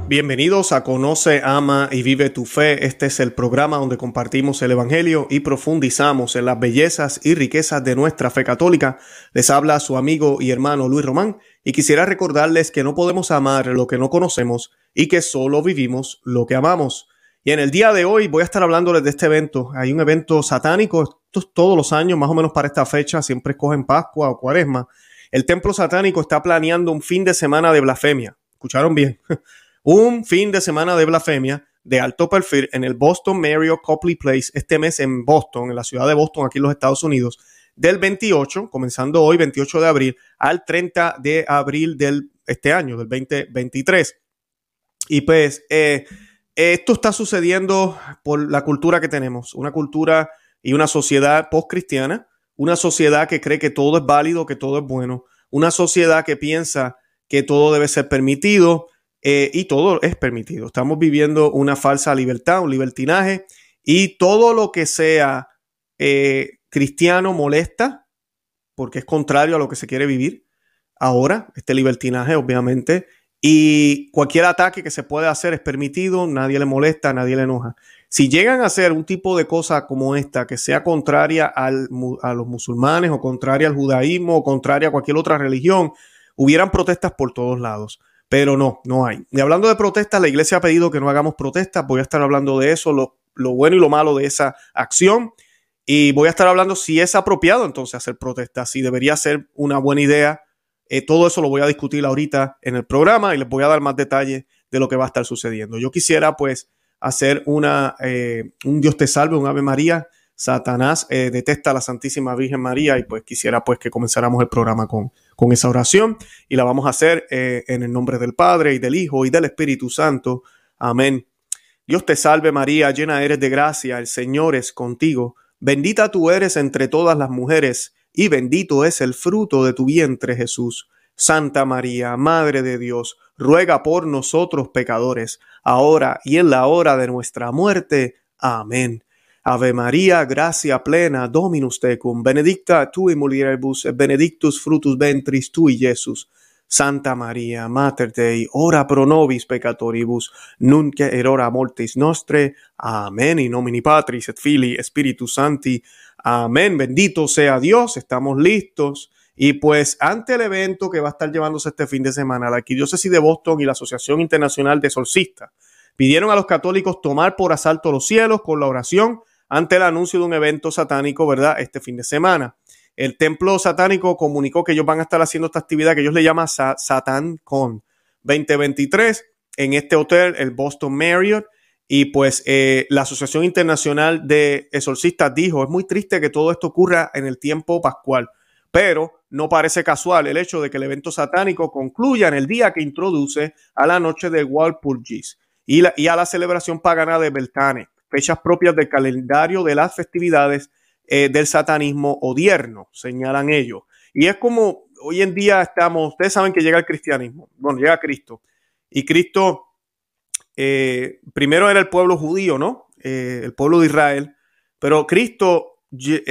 Bienvenidos a Conoce, Ama y Vive tu Fe. Este es el programa donde compartimos el Evangelio y profundizamos en las bellezas y riquezas de nuestra fe católica. Les habla su amigo y hermano Luis Román y quisiera recordarles que no podemos amar lo que no conocemos y que solo vivimos lo que amamos. Y en el día de hoy voy a estar hablándoles de este evento. Hay un evento satánico, todos los años, más o menos para esta fecha, siempre escogen Pascua o Cuaresma. El templo satánico está planeando un fin de semana de blasfemia. ¿Escucharon bien? Un fin de semana de blasfemia de alto perfil en el Boston Marriott Copley Place este mes en Boston, en la ciudad de Boston, aquí en los Estados Unidos, del 28, comenzando hoy, 28 de abril, al 30 de abril de este año, del 2023. Y pues esto está sucediendo por la cultura que tenemos, una cultura y una sociedad post-cristiana, una sociedad que cree que todo es válido, que todo es bueno, una sociedad que piensa que todo debe ser permitido, y todo es permitido. Estamos viviendo una falsa libertad, un libertinaje, y todo lo que sea cristiano molesta porque es contrario a lo que se quiere vivir ahora, este libertinaje obviamente, y cualquier ataque que se pueda hacer es permitido, nadie le molesta, nadie le enoja. Si llegan a hacer un tipo de cosa como esta que sea contraria a los musulmanes o contraria al judaísmo o contraria a cualquier otra religión, hubieran protestas por todos lados. Pero no hay. Y hablando de protestas, la iglesia ha pedido que no hagamos protestas. Voy a estar hablando de eso, lo bueno y lo malo de esa acción. Y voy a estar hablando si es apropiado entonces hacer protestas, si debería ser una buena idea. Todo eso lo voy a discutir ahorita en el programa y les voy a dar más detalles de lo que va a estar sucediendo. Yo quisiera pues hacer un Dios te salve, un Ave María. Satanás detesta a la Santísima Virgen María y pues quisiera pues que comenzáramos el programa con esa oración y la vamos a hacer en el nombre del Padre y del Hijo y del Espíritu Santo. Amén. Dios te salve María, llena eres de gracia, el Señor es contigo. Bendita tú eres entre todas las mujeres y bendito es el fruto de tu vientre Jesús. Santa María, Madre de Dios, ruega por nosotros pecadores, ahora y en la hora de nuestra muerte. Amén. Ave María, gracia plena, Dominus tecum, benedicta tu in mulieribus, benedictus fructus ventris tui, Iesus. Santa María, Mater Dei, ora pro nobis peccatoribus, nunc et hora mortis nostre. Amén. In nomine Patris et Filii Spiritus Sancti. Amén. Bendito sea Dios. Estamos listos. Y pues ante el evento que va a estar llevándose este fin de semana, la Arquidiócesis de Boston y la Asociación Internacional de Exorcistas pidieron a los católicos tomar por asalto los cielos con la oración ante el anuncio de un evento satánico, ¿verdad?, este fin de semana. El templo satánico comunicó que ellos van a estar haciendo esta actividad que ellos le llaman SatanCon 2023 en este hotel, el Boston Marriott. Y pues la Asociación Internacional de Exorcistas dijo, es muy triste que todo esto ocurra en el tiempo pascual, pero no parece casual el hecho de que el evento satánico concluya en el día que introduce a la noche de Walpurgis y a la celebración pagana de Beltane, fechas propias del calendario de las festividades del satanismo odierno, señalan ellos. Y es como hoy en día ustedes saben que llega el cristianismo, bueno, llega Cristo. Y Cristo primero era el pueblo judío, ¿no? El pueblo de Israel, pero Cristo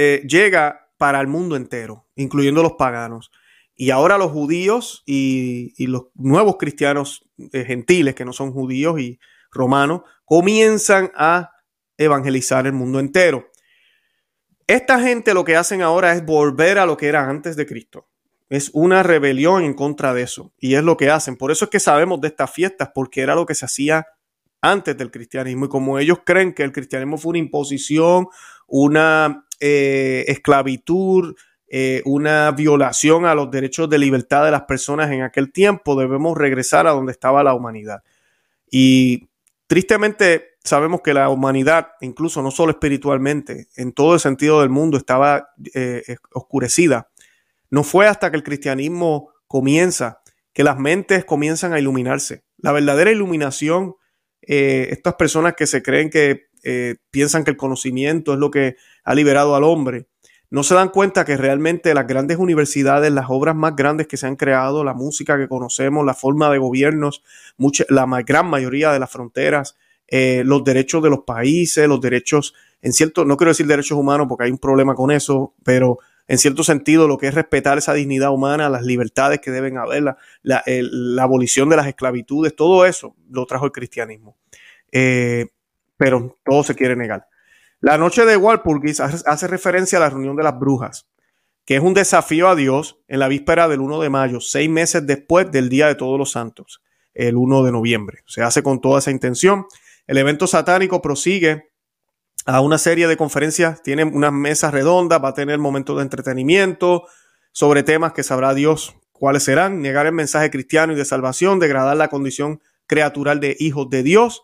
llega para el mundo entero, incluyendo los paganos. Y ahora los judíos y los nuevos cristianos gentiles, que no son judíos y romanos, comienzan a evangelizar el mundo entero. Esta gente lo que hacen ahora es volver a lo que era antes de Cristo. Es una rebelión en contra de eso. Y es lo que hacen. Por eso es que sabemos de estas fiestas, porque era lo que se hacía antes del cristianismo. Y como ellos creen que el cristianismo fue una imposición, una esclavitud, una violación a los derechos de libertad de las personas en aquel tiempo, debemos regresar a donde estaba la humanidad. Y tristemente sabemos que la humanidad, incluso no solo espiritualmente, en todo el sentido del mundo, estaba oscurecida. No fue hasta que el cristianismo comienza, que las mentes comienzan a iluminarse. La verdadera iluminación, estas personas que se creen que piensan que el conocimiento es lo que ha liberado al hombre, no se dan cuenta que realmente las grandes universidades, las obras más grandes que se han creado, la música que conocemos, la forma de gobiernos, la gran mayoría de las fronteras, los derechos de los países, los derechos, no quiero decir derechos humanos porque hay un problema con eso, pero en cierto sentido, lo que es respetar esa dignidad humana, las libertades que deben haber, la abolición de las esclavitudes, todo eso lo trajo el cristianismo. Pero todo se quiere negar. La noche de Walpurgis hace referencia a la reunión de las brujas, que es un desafío a Dios en la víspera del 1 de mayo, 6 meses después del Día de Todos los Santos, el 1 de noviembre. Se hace con toda esa intención. El evento satánico prosigue a una serie de conferencias, tiene unas mesas redondas, va a tener momentos de entretenimiento sobre temas que sabrá Dios cuáles serán: negar el mensaje cristiano y de salvación, degradar la condición creatural de hijos de Dios.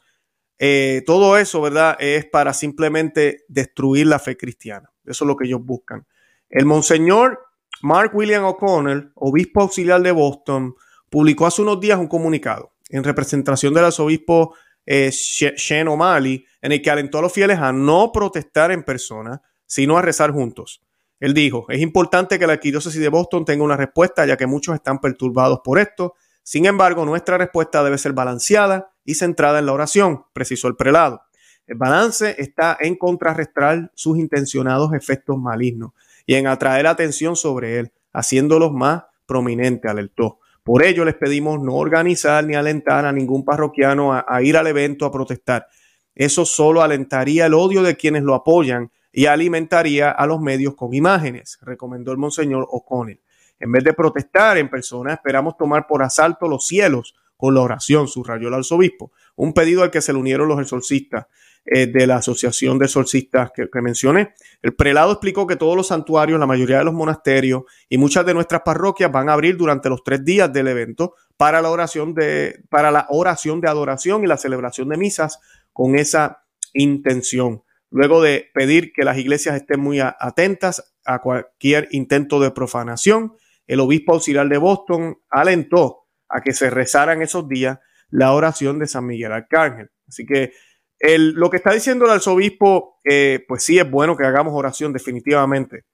Todo eso, ¿verdad?, es para simplemente destruir la fe cristiana. Eso es lo que ellos buscan. El monseñor Mark William O'Connell, obispo auxiliar de Boston, publicó hace unos días un comunicado en representación del arzobispo Shane O'Malley, en el que alentó a los fieles a no protestar en persona, sino a rezar juntos. Él dijo: es importante que la arquidiócesis de Boston tenga una respuesta, ya que muchos están perturbados por esto. Sin embargo, nuestra respuesta debe ser balanceada y centrada en la oración, precisó el prelado. El balance está en contrarrestar sus intencionados efectos malignos y en atraer atención sobre él, haciéndolos más prominentes, alertó. Por ello les pedimos no organizar ni alentar a ningún parroquiano a ir al evento a protestar. Eso solo alentaría el odio de quienes lo apoyan y alimentaría a los medios con imágenes, recomendó el monseñor O'Connell. En vez de protestar en persona, esperamos tomar por asalto los cielos con la oración, subrayó el arzobispo. Un pedido al que se le unieron los exorcistas de la asociación de exorcistas que mencioné. El prelado explicó que todos los santuarios, la mayoría de los monasterios y muchas de nuestras parroquias van a abrir durante los 3 días del evento para la oración de adoración y la celebración de misas con esa intención. Luego de pedir que las iglesias estén muy atentas a cualquier intento de profanación, el obispo auxiliar de Boston alentó a que se rezaran esos días la oración de San Miguel Arcángel. Así que lo que está diciendo el arzobispo, pues sí es bueno que hagamos oración, definitivamente.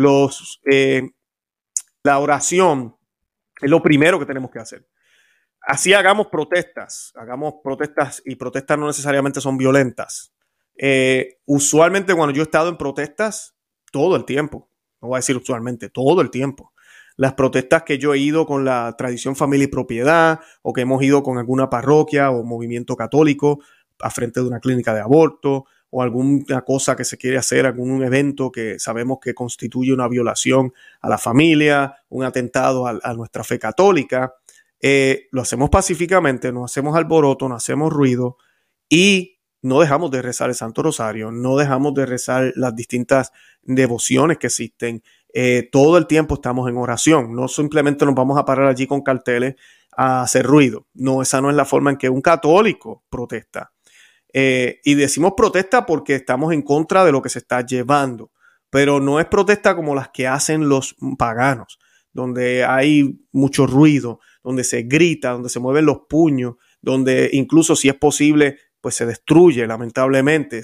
La oración es lo primero que tenemos que hacer. Así hagamos protestas y protestas no necesariamente son violentas. Usualmente cuando yo he estado en protestas, todo el tiempo, no voy a decir usualmente, todo el tiempo, las protestas que yo he ido con la tradición familia y propiedad, o que hemos ido con alguna parroquia o movimiento católico a frente de una clínica de aborto, o alguna cosa que se quiere hacer, algún evento que sabemos que constituye una violación a la familia, un atentado a nuestra fe católica, lo hacemos pacíficamente, no hacemos alboroto, no hacemos ruido y no dejamos de rezar el Santo Rosario, no dejamos de rezar las distintas devociones que existen. Todo el tiempo estamos en oración, no simplemente nos vamos a parar allí con carteles a hacer ruido. No, esa no es la forma en que un católico protesta. Y decimos protesta porque estamos en contra de lo que se está llevando, pero no es protesta como las que hacen los paganos, donde hay mucho ruido, donde se grita, donde se mueven los puños, donde incluso, si es posible, pues se destruye, lamentablemente.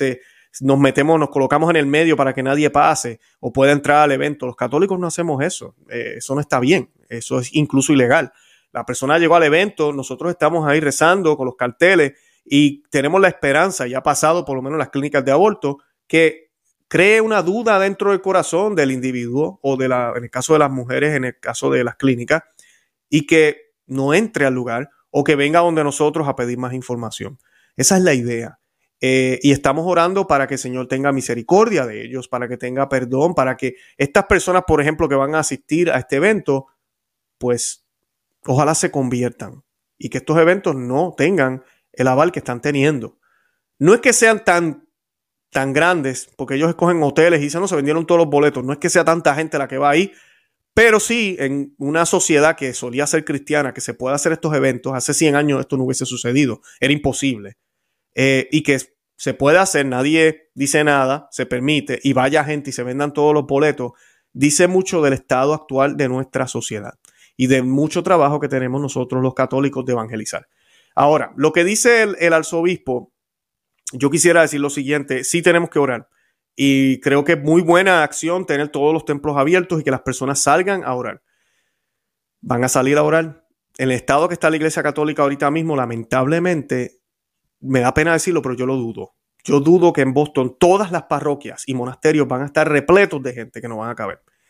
Nos colocamos en el medio para que nadie pase o pueda entrar al evento. Los católicos no hacemos eso. Eso no está bien. Eso es incluso ilegal. La persona llegó al evento, nosotros estamos ahí rezando con los carteles y tenemos la esperanza, ya ha pasado por lo menos en las clínicas de aborto, que cree una duda dentro del corazón del individuo o en el caso de las mujeres, en el caso de las clínicas, y que no entre al lugar o que venga donde nosotros a pedir más información. Esa es la idea. Y estamos orando para que el Señor tenga misericordia de ellos, para que tenga perdón, para que estas personas, por ejemplo, que van a asistir a este evento, pues ojalá se conviertan y que estos eventos no tengan el aval que están teniendo. No es que sean tan grandes, porque ellos escogen hoteles y dicen, no, se vendieron todos los boletos. No es que sea tanta gente la que va ahí, pero sí en una sociedad que solía ser cristiana, que se pueda hacer estos eventos. Hace 100 años esto no hubiese sucedido, era imposible. Y que se puede hacer, nadie dice nada, se permite y vaya gente y se vendan todos los boletos, dice mucho del estado actual de nuestra sociedad y de mucho trabajo que tenemos nosotros los católicos de evangelizar. Ahora, lo que dice el arzobispo, yo quisiera decir lo siguiente: sí tenemos que orar y creo que es muy buena acción tener todos los templos abiertos y que las personas salgan a orar. ¿Van a salir a orar? En el estado que está la Iglesia Católica ahorita mismo, lamentablemente, me da pena decirlo, pero yo lo dudo. Yo dudo que en Boston todas las parroquias y monasterios van a estar repletos de gente que no van a caber.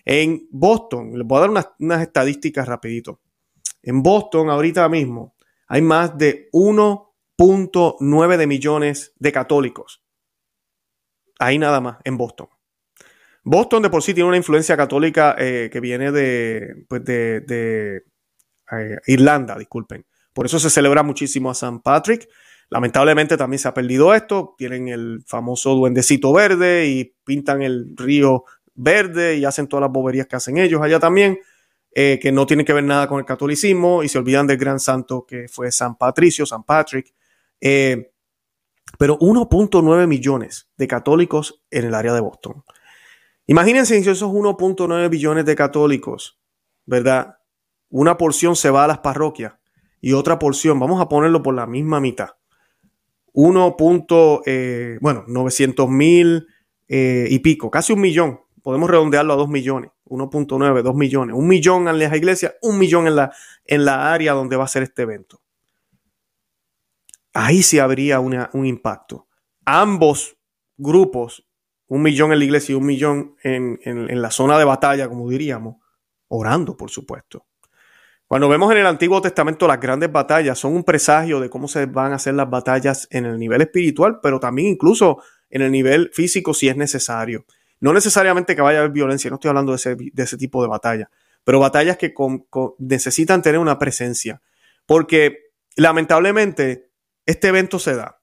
En Boston, les voy a dar unas estadísticas rapidito. En Boston ahorita mismo hay más de 1.9 de millones de católicos. Ahí nada más, en Boston. Boston de por sí tiene una influencia católica que viene de Irlanda, disculpen. Por eso se celebra muchísimo a San Patrick. Lamentablemente también se ha perdido esto. Tienen el famoso duendecito verde y pintan el río verde y hacen todas las boberías que hacen ellos allá también, que no tienen que ver nada con el catolicismo y se olvidan del gran santo que fue San Patricio, San Patrick. Pero 1.9 millones de católicos en el área de Boston. Imagínense si esos 1.9 billones de católicos, ¿verdad? Una porción se va a las parroquias y otra porción, vamos a ponerlo por la misma mitad. 900,000 y pico, casi 1 millón. Podemos redondearlo a 2 millones. 1.9, 2 millones. 1 millón en las iglesias, 1 millón en la área donde va a ser este evento. Ahí sí habría un impacto. Ambos grupos, 1 millón en la iglesia y 1 millón en la zona de batalla, como diríamos, orando, por supuesto. Cuando vemos en el Antiguo Testamento las grandes batallas, son un presagio de cómo se van a hacer las batallas en el nivel espiritual, pero también incluso en el nivel físico si es necesario. No necesariamente que vaya a haber violencia, no estoy hablando de ese tipo de batalla, pero batallas que necesitan tener una presencia. Porque lamentablemente este evento se da.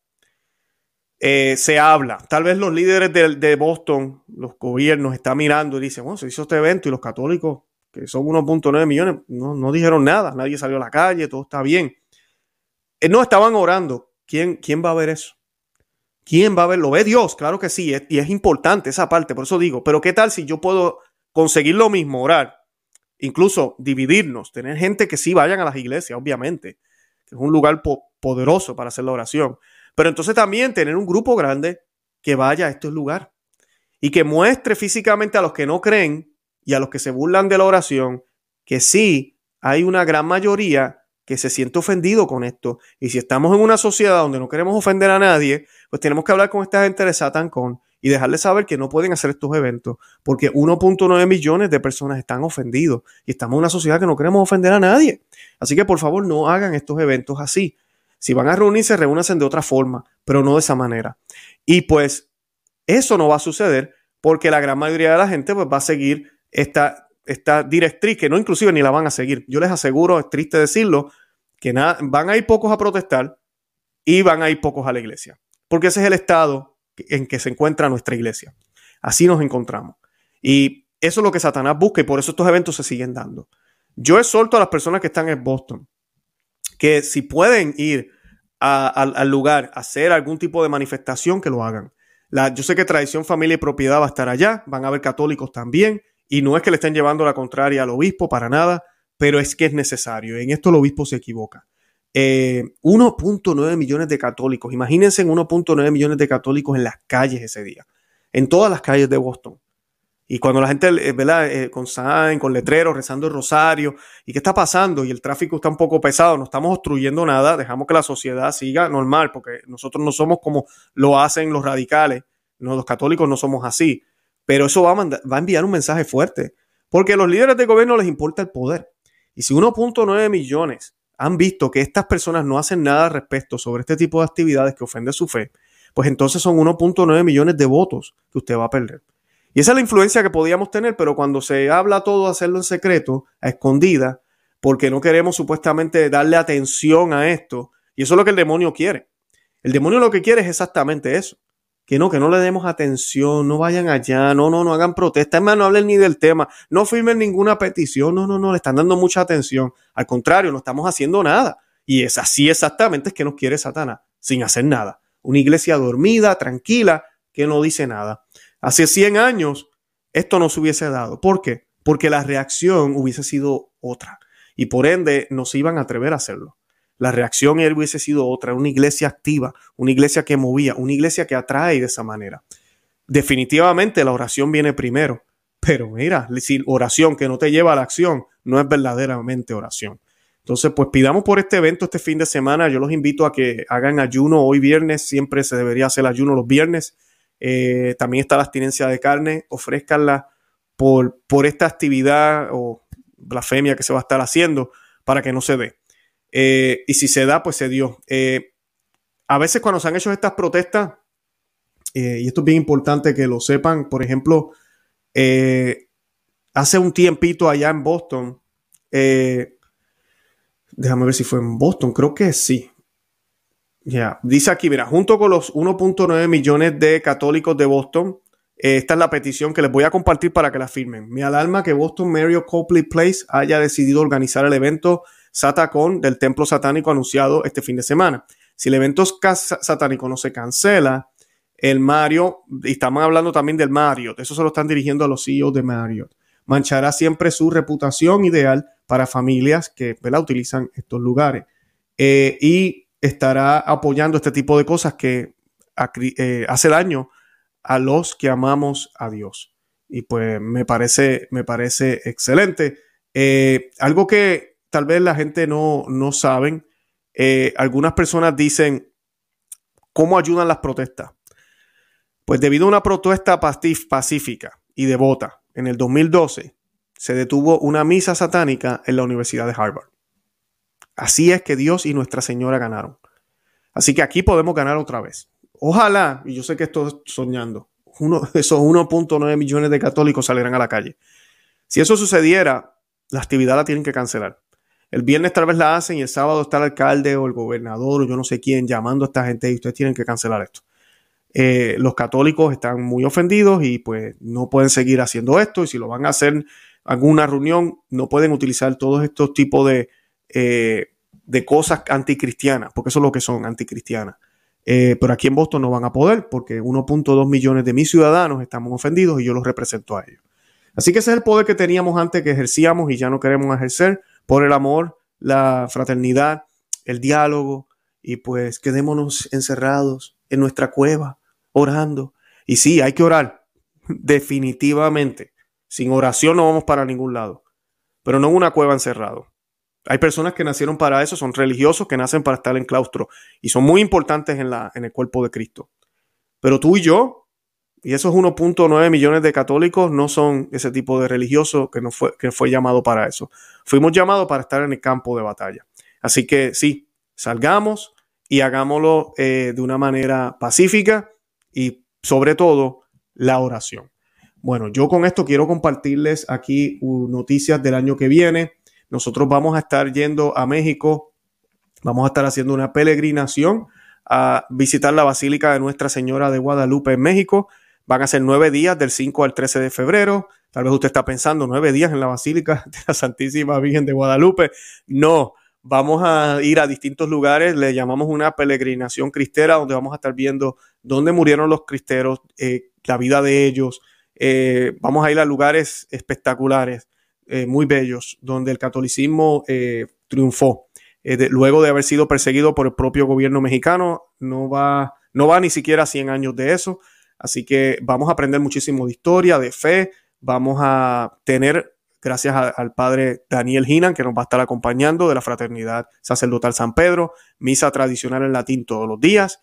Se habla. Tal vez los líderes de Boston, los gobiernos, están mirando y dicen, bueno, se hizo este evento y los católicos, que son 1.9 millones, no dijeron nada. Nadie salió a la calle, todo está bien. No, estaban orando. ¿Quién va a ver eso? ¿Quién va a ver? ¿Lo ve Dios? Claro que sí, y es importante esa parte, por eso digo, pero ¿qué tal si yo puedo conseguir lo mismo, orar? Incluso dividirnos, tener gente que sí vayan a las iglesias, obviamente, que es un lugar poderoso para hacer la oración, pero entonces también tener un grupo grande que vaya a este lugar y que muestre físicamente a los que no creen y a los que se burlan de la oración que sí hay una gran mayoría que se siente ofendido con esto. Y si estamos en una sociedad donde no queremos ofender a nadie, pues tenemos que hablar con esta gente de SatanCon y dejarles saber que no pueden hacer estos eventos porque 1.9 millones de personas están ofendidos y estamos en una sociedad que no queremos ofender a nadie. Así que por favor no hagan estos eventos así. Si van a reunirse, reúnanse de otra forma, pero no de esa manera. Y pues eso no va a suceder porque la gran mayoría de la gente pues va a seguir esta directriz, que no inclusive ni la van a seguir. Yo les aseguro, es triste decirlo, que van a ir pocos a protestar y van a ir pocos a la iglesia. Porque ese es el estado en que se encuentra nuestra iglesia. Así nos encontramos. Y eso es lo que Satanás busca y por eso estos eventos se siguen dando. Yo exhorto a las personas que están en Boston que si pueden ir al lugar a hacer algún tipo de manifestación, que lo hagan. Yo sé que Tradición, Familia y Propiedad va a estar allá, van a haber católicos también, y no es que le estén llevando la contraria al obispo para nada, pero es que es necesario. En esto el obispo se equivoca. 1.9 millones de católicos. Imagínense en 1.9 millones de católicos en las calles ese día. En todas las calles de Boston. Y cuando la gente, ¿verdad? Con sign, con letreros, rezando el rosario. ¿Y qué está pasando? Y el tráfico está un poco pesado. No estamos obstruyendo nada. Dejamos que la sociedad siga normal. Porque nosotros no somos como lo hacen los radicales. No, los católicos no somos así. Pero eso va a enviar un mensaje fuerte. Porque a los líderes de gobierno les importa el poder. Y si 1.9 millones han visto que estas personas no hacen nada al respecto sobre este tipo de actividades que ofenden su fe, pues entonces son 1.9 millones de votos que usted va a perder. Y esa es la influencia que podíamos tener, pero cuando se habla todo, hacerlo en secreto, a escondida, porque no queremos supuestamente darle atención a esto, y eso es lo que el demonio quiere. El demonio lo que quiere es exactamente eso. Que no le demos atención, no vayan allá, no hagan protesta, es más, no hablen ni del tema, no firmen ninguna petición, no, le están dando mucha atención. Al contrario, no estamos haciendo nada. Y es así exactamente es que nos quiere Satanás, sin hacer nada. Una iglesia dormida, tranquila, que no dice nada. Hace 100 años esto no se hubiese dado. ¿Por qué? Porque la reacción hubiese sido otra. Y por ende no se iban a atrever a hacerlo. La reacción hubiese sido otra, una iglesia activa, una iglesia que movía, una iglesia que atrae de esa manera. Definitivamente la oración viene primero, pero mira, si oración que no te lleva a la acción no es verdaderamente oración. Entonces, pues pidamos por este evento este fin de semana. Yo los invito a que hagan ayuno hoy viernes, siempre se debería hacer ayuno los viernes. También está la abstinencia de carne, ofrézcanla por esta actividad o blasfemia que se va a estar haciendo para que no se dé. Y si se da, pues se dio. A veces cuando se han hecho estas protestas, y esto es bien importante que lo sepan, por ejemplo, hace un tiempito allá en Boston, déjame ver si fue en Boston, creo que sí. Dice aquí, mira, junto con los 1.9 millones de católicos de Boston, esta es la petición que les voy a compartir para que la firmen. Me alarma que Boston Marriott Copley Place haya decidido organizar el evento Satacon del templo satánico anunciado este fin de semana. Si el evento satánico no se cancela, el Marriott, y estamos hablando también del Marriott, eso se lo están dirigiendo a los CEOs de Marriott, manchará siempre su reputación ideal para familias que, ¿verdad?, utilizan estos lugares. Y estará apoyando este tipo de cosas que hace daño a los que amamos a Dios. Y pues me parece excelente. Algo que tal vez la gente no saben, algunas personas dicen, ¿cómo ayudan las protestas? Pues debido a una protesta pacífica y devota, en el 2012 se detuvo una misa satánica en la Universidad de Harvard. Así es que Dios y Nuestra Señora ganaron. Así que aquí podemos ganar otra vez. Ojalá, y yo sé que estoy soñando, esos 1.9 millones de católicos salieran a la calle. Si eso sucediera, la actividad la tienen que cancelar. El viernes tal vez la hacen y el sábado está el alcalde o el gobernador o yo no sé quién llamando a esta gente y ustedes tienen que cancelar esto. Los católicos están muy ofendidos y pues no pueden seguir haciendo esto, y si lo van a hacer en alguna reunión no pueden utilizar todos estos tipos de cosas anticristianas, porque eso es lo que son, anticristianas. Pero aquí en Boston no van a poder porque 1.2 millones de mis ciudadanos estamos ofendidos y yo los represento a ellos. Así que ese es el poder que teníamos antes, que ejercíamos y ya no queremos ejercer, por el amor, la fraternidad, el diálogo, y pues quedémonos encerrados en nuestra cueva orando. Y sí, hay que orar, definitivamente. Sin oración no vamos para ningún lado, pero no en una cueva encerrado. Hay personas que nacieron para eso, son religiosos que nacen para estar en claustro y son muy importantes en el cuerpo de Cristo. Pero tú y yo, y esos 1.9 millones de católicos, no son ese tipo de religioso que fue llamado para eso. Fuimos llamados para estar en el campo de batalla. Así que sí, salgamos y hagámoslo de una manera pacífica y sobre todo la oración. Bueno, yo con esto quiero compartirles aquí noticias del año que viene. Nosotros vamos a estar yendo a México, vamos a estar haciendo una peregrinación a visitar la Basílica de Nuestra Señora de Guadalupe en México. Van a ser 9 días, del 5 al 13 de febrero. Tal vez usted está pensando, 9 días en la Basílica de la Santísima Virgen de Guadalupe. No, vamos a ir a distintos lugares, le llamamos una peregrinación cristera, donde vamos a estar viendo dónde murieron los cristeros, la vida de ellos. Vamos a ir a lugares espectaculares, muy bellos, donde el catolicismo triunfó. Luego de haber sido perseguido por el propio gobierno mexicano, no va ni siquiera 100 años de eso. Así que vamos a aprender muchísimo de historia, de fe. Vamos a tener, gracias al padre Daniel Hinan, que nos va a estar acompañando, de la Fraternidad Sacerdotal San Pedro, misa tradicional en latín todos los días.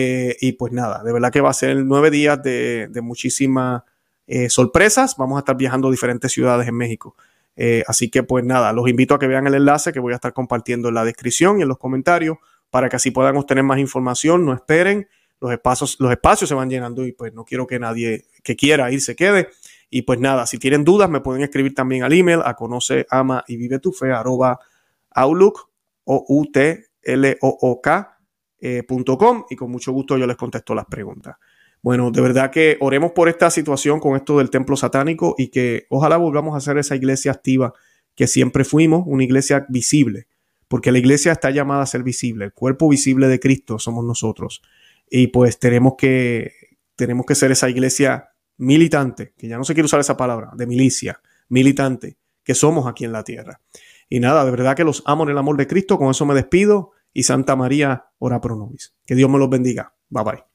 Y pues nada, de verdad que va a ser 9 días de muchísimas sorpresas. Vamos a estar viajando a diferentes ciudades en México. Así que pues nada, los invito a que vean el enlace que voy a estar compartiendo en la descripción y en los comentarios para que así puedan obtener más información. No esperen, los espacios se van llenando y pues no quiero que nadie que quiera ir se quede. Y pues nada, si tienen dudas me pueden escribir también al email a conoceamayvivetufe@outlook.com y con mucho gusto yo les contesto las preguntas. Bueno, de verdad que oremos por esta situación con esto del templo satánico y que ojalá volvamos a ser esa iglesia activa que siempre fuimos, una iglesia visible, porque la iglesia está llamada a ser visible, el cuerpo visible de Cristo somos nosotros. Y pues tenemos que ser esa iglesia militante, que ya no se quiere usar esa palabra, de milicia, militante, que somos aquí en la tierra. Y nada, de verdad que los amo en el amor de Cristo, con eso me despido y Santa María, ora pro nobis. Que Dios me los bendiga. Bye bye.